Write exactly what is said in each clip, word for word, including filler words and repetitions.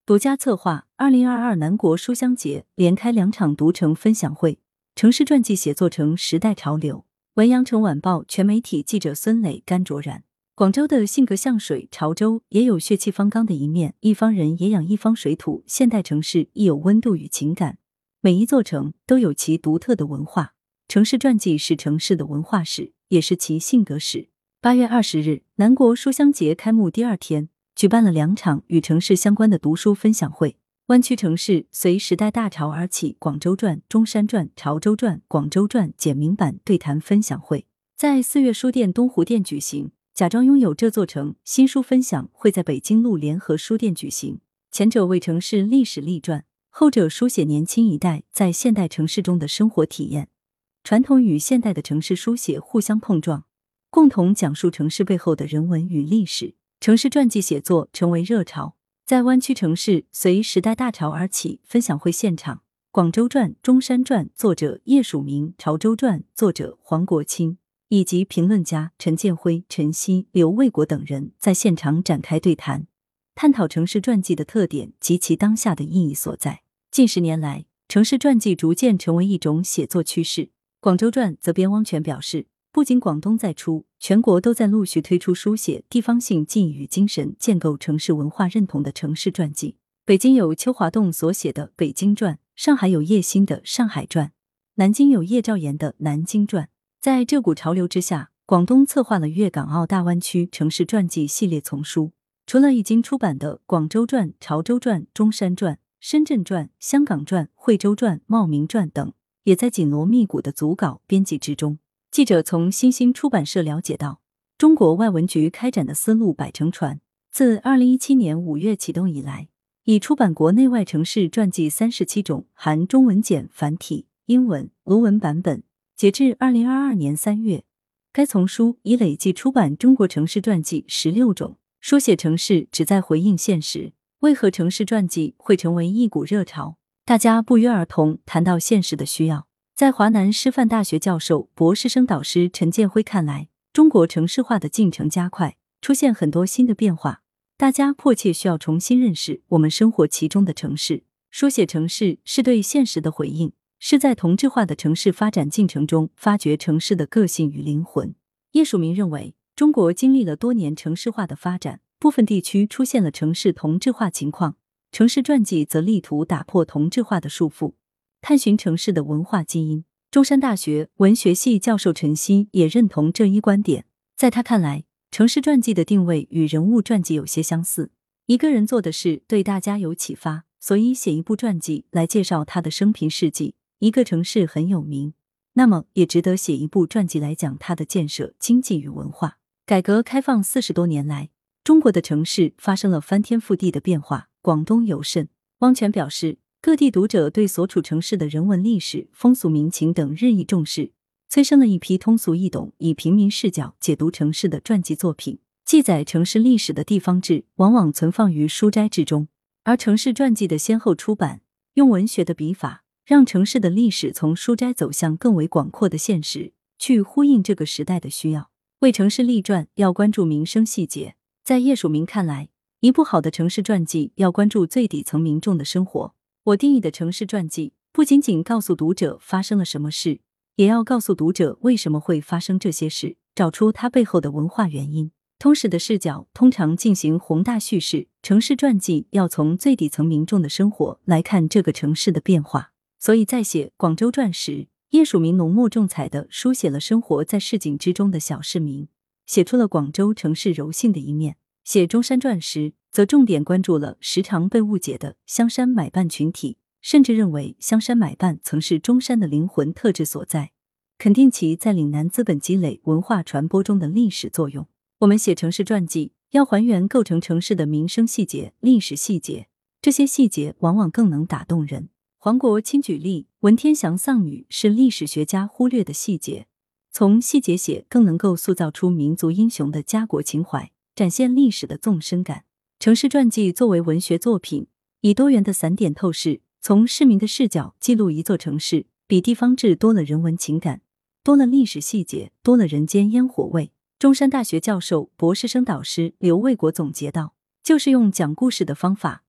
独家策划二零二二南国书香节连开两场读城分享会，城市传记写作成时代潮流。文阳城晚报全媒体记者孙磊、甘卓然。广州的性格像水，潮州也有血气方刚的一面，一方人也养一方水土，现代城市亦有温度与情感。每一座城都有其独特的文化，城市传记是城市的文化史，也是其性格史。八月二十日，南国书香节开幕第二天，举办了两场与城市相关的读书分享会。湾区城市随时代大潮而起，广州传、中山传、潮州传、广州传简明版对谈分享会在四月书店东湖店举行。假装拥有这座城新书分享会在北京路联合书店举行，前者为城市历史立传，后者书写年轻一代在现代城市中的生活体验，传统与现代的城市书写互相碰撞，共同讲述城市背后的人文与历史。城市传记写作成为热潮，在湾区城市随时代大潮而起分享会现场，广州传、中山传作者叶曙明，潮州传作者黄国清以及评论家陈建辉、陈曦、刘卫国等人在现场展开对谈，探讨城市传记的特点及其当下的意义所在。近十年来，城市传记逐渐成为一种写作趋势。广州传则边汪泉表示，不仅广东在出，全国都在陆续推出书写地方性记忆与精神，建构城市文化认同的城市传记。北京有邱华栋所写的《北京传》，上海有叶欣的《上海传》，南京有叶兆言的《南京传》。在这股潮流之下，广东策划了粤港澳大湾区城市传记系列丛书。除了已经出版的广州传、潮州传、中山传、深圳传、香港传、惠州传、茂名传等，也在紧锣密鼓的组稿编辑之中。记者从新兴出版社了解到，中国外文局开展的丝路百城传，自二零一七年五月启动以来，已出版国内外城市传记三十七种，含中文简、繁体、英文、俄文版本。截至二零二二年三月，该丛书已累计出版中国城市传记十六种。书写城市旨在回应现实，为何城市传记会成为一股热潮？大家不约而同谈到现实的需要。在华南师范大学教授、博士生导师陈建辉看来，中国城市化的进程加快，出现很多新的变化，大家迫切需要重新认识我们生活其中的城市。书写城市是对现实的回应，是在同质化的城市发展进程中发掘城市的个性与灵魂。叶曙明认为，中国经历了多年城市化的发展，部分地区出现了城市同质化情况，城市传记则力图打破同质化的束缚，探寻城市的文化基因。中山大学文学系教授陈曦也认同这一观点。在他看来，城市传记的定位与人物传记有些相似，一个人做的事对大家有启发，所以写一部传记来介绍他的生平事迹。一个城市很有名，那么也值得写一部传记来讲它的建设、经济与文化。改革开放四十多年来，中国的城市发生了翻天覆地的变化，广东尤甚。汪泉表示，各地读者对所处城市的人文历史、风俗民情等日益重视，催生了一批通俗易懂、以平民视角解读城市的传记作品。记载城市历史的地方志往往存放于书斋之中，而城市传记的先后出版，用文学的笔法让城市的历史从书斋走向更为广阔的现实，去呼应这个时代的需要。为城市立传，要关注民生细节。在叶曙明看来，一部好的城市传记要关注最底层民众的生活。我定义的城市传记，不仅仅告诉读者发生了什么事，也要告诉读者为什么会发生这些事，找出它背后的文化原因。通史的视角通常进行宏大叙事，城市传记要从最底层民众的生活来看这个城市的变化。所以在写广州传时，叶曙明浓墨重彩地书写了生活在市井之中的小市民，写出了广州城市柔性的一面。写中山传时，则重点关注了时常被误解的香山买办群体，甚至认为香山买办曾是中山的灵魂特质所在，肯定其在岭南资本积累、文化传播中的历史作用。我们写城市传记，要还原构成城市的民生细节、历史细节，这些细节往往更能打动人。黄国清举例，文天祥丧女是历史学家忽略的细节，从细节写更能够塑造出民族英雄的家国情怀，展现历史的纵深感。城市传记作为文学作品，以多元的散点透视，从市民的视角记录一座城市，比地方志多了人文情感，多了历史细节，多了人间烟火味。中山大学教授、博士生导师刘卫国总结道，就是用讲故事的方法，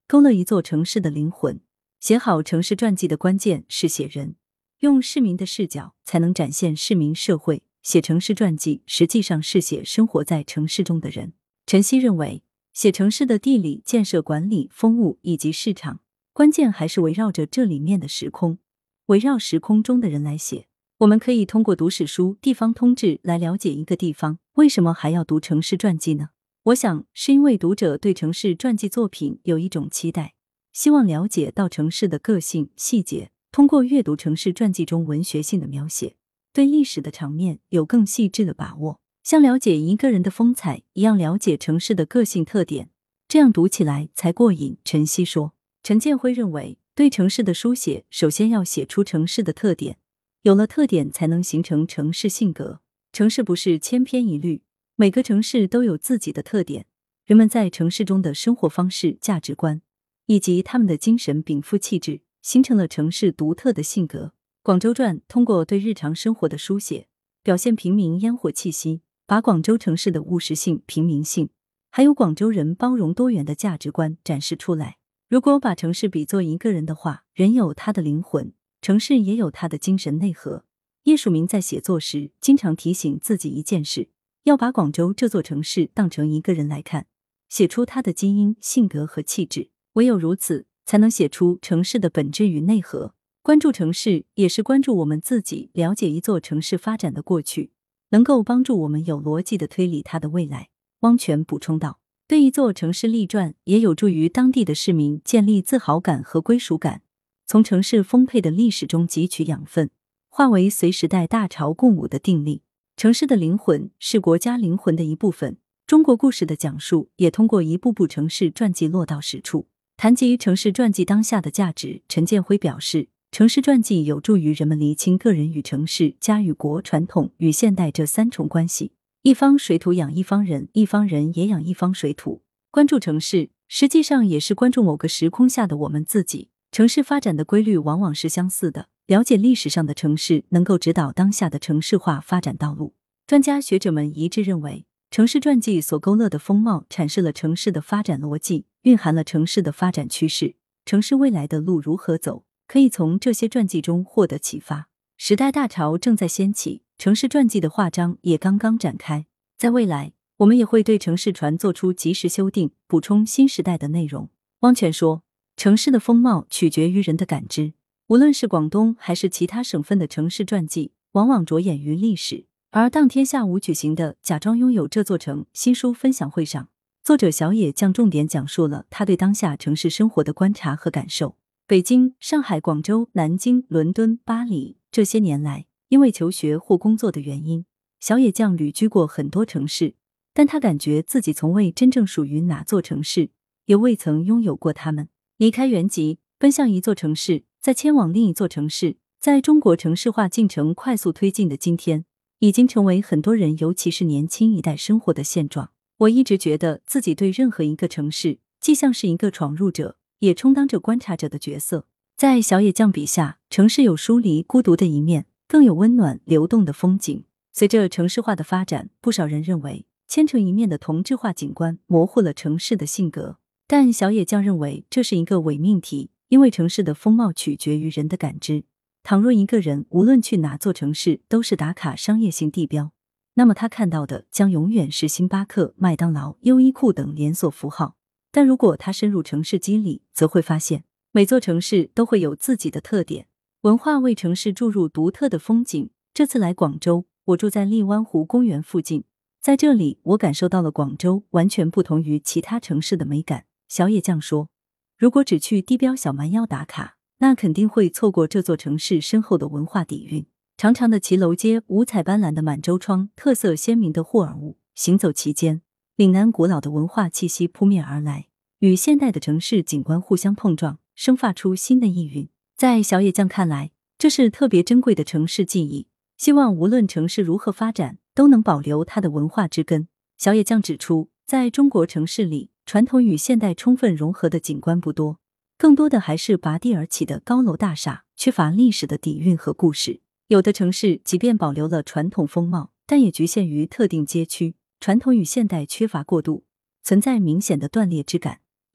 勾勒一座城市的灵魂。写好城市传记的关键是写人，用市民的视角才能展现市民社会。写城市传记实际上是写生活在城市中的人。陈希认为，写城市的地理、建设管理、风物以及市场，关键还是围绕着这里面的时空，围绕时空中的人来写。我们可以通过读史书、地方通志来了解一个地方，为什么还要读城市传记呢？我想是因为读者对城市传记作品有一种期待，希望了解到城市的个性、细节，通过阅读城市传记中文学性的描写，对历史的场面有更细致的把握，像了解一个人的风采一样了解城市的个性特点，这样读起来才过瘾。陈希说。陈建辉认为，对城市的书写首先要写出城市的特点，有了特点才能形成城市性格。城市不是千篇一律，每个城市都有自己的特点，人们在城市中的生活方式、价值观以及他们的精神禀赋气质，形成了城市独特的性格。广州传通过对日常生活的书写，表现平民烟火气息，把广州城市的务实性、平民性，还有广州人包容多元的价值观展示出来。如果把城市比作一个人的话，人有他的灵魂，城市也有他的精神内核。叶曙明在写作时经常提醒自己一件事，要把广州这座城市当成一个人来看，写出他的基因、性格和气质。唯有如此，才能写出城市的本质与内核。关注城市，也是关注我们自己，了解一座城市发展的过去，能够帮助我们有逻辑地推理它的未来。汪泉补充道。对一座城市立传，也有助于当地的市民建立自豪感和归属感，从城市丰沛的历史中汲取养分，化为随时代大潮共舞的定力。城市的灵魂是国家灵魂的一部分，中国故事的讲述也通过一部部城市传记落到实处。谈及城市传记当下的价值，陈建辉表示，城市传记有助于人们厘清个人与城市、家与国、传统与现代这三重关系。一方水土养一方人，一方人也养一方水土。关注城市，实际上也是关注某个时空下的我们自己。城市发展的规律往往是相似的，了解历史上的城市，能够指导当下的城市化发展道路。专家学者们一致认为，城市传记所勾勒的风貌阐释了城市的发展逻辑，蕴含了城市的发展趋势，城市未来的路如何走，可以从这些传记中获得启发。时代大潮正在掀起，城市传记的画章也刚刚展开。在未来，我们也会对城市传做出及时修订，补充新时代的内容。汪泉说，城市的风貌取决于人的感知，无论是广东还是其他省份的城市传记，往往着眼于历史。而当天下午举行的假装拥有这座城新书分享会上，作者小野将重点讲述了他对当下城市生活的观察和感受。北京、上海、广州、南京、伦敦、巴黎，这些年来，因为求学或工作的原因，小野将旅居过很多城市，但他感觉自己从未真正属于哪座城市，也未曾拥有过它们。离开原籍，奔向一座城市，再迁往另一座城市，在中国城市化进程快速推进的今天，已经成为很多人尤其是年轻一代生活的现状。我一直觉得自己对任何一个城市，既像是一个闯入者，也充当着观察者的角色。在小野将笔下，城市有疏离孤独的一面，更有温暖流动的风景。随着城市化的发展，不少人认为千城一面的同质化景观模糊了城市的性格，但小野将认为这是一个伪命题，因为城市的风貌取决于人的感知。倘若一个人无论去哪座城市都是打卡商业性地标，那么他看到的将永远是星巴克、麦当劳、优衣库等连锁符号。但如果他深入城市肌理，则会发现每座城市都会有自己的特点，文化为城市注入独特的风景。这次来广州，我住在荔湾湖公园附近，在这里我感受到了广州完全不同于其他城市的美感。小野将说，如果只去地标小蛮腰打卡，那肯定会错过这座城市深厚的文化底蕴。长长的骑楼街，五彩斑斓的满洲窗，特色鲜明的霍尔乌，行走其间，岭南古老的文化气息扑面而来，与现代的城市景观互相碰撞，生发出新的意蕴。在小野将看来，这是特别珍贵的城市记忆，希望无论城市如何发展，都能保留它的文化之根。小野将指出，在中国城市里，传统与现代充分融合的景观不多，更多的还是拔地而起的高楼大厦，缺乏历史的底蕴和故事。有的城市即便保留了传统风貌，但也局限于特定街区，传统与现代缺乏过渡，存在明显的断裂之感。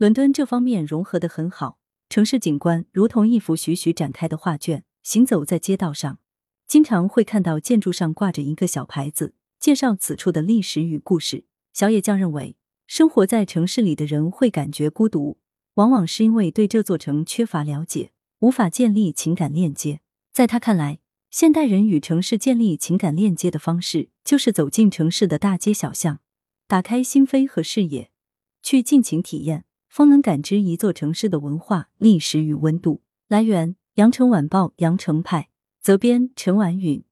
伦敦这方面融合得很好，城市景观如同一幅徐徐展开的画卷，行走在街道上，经常会看到建筑上挂着一个小牌子，介绍此处的历史与故事。小野酱认为，生活在城市里的人会感觉孤独，往往是因为对这座城缺乏了解，无法建立情感链接。在他看来，现代人与城市建立情感链接的方式，就是走进城市的大街小巷，打开心扉和视野，去尽情体验，方能感知一座城市的文化、历史与温度。来源：羊城晚报羊城派，责编：陈婉允。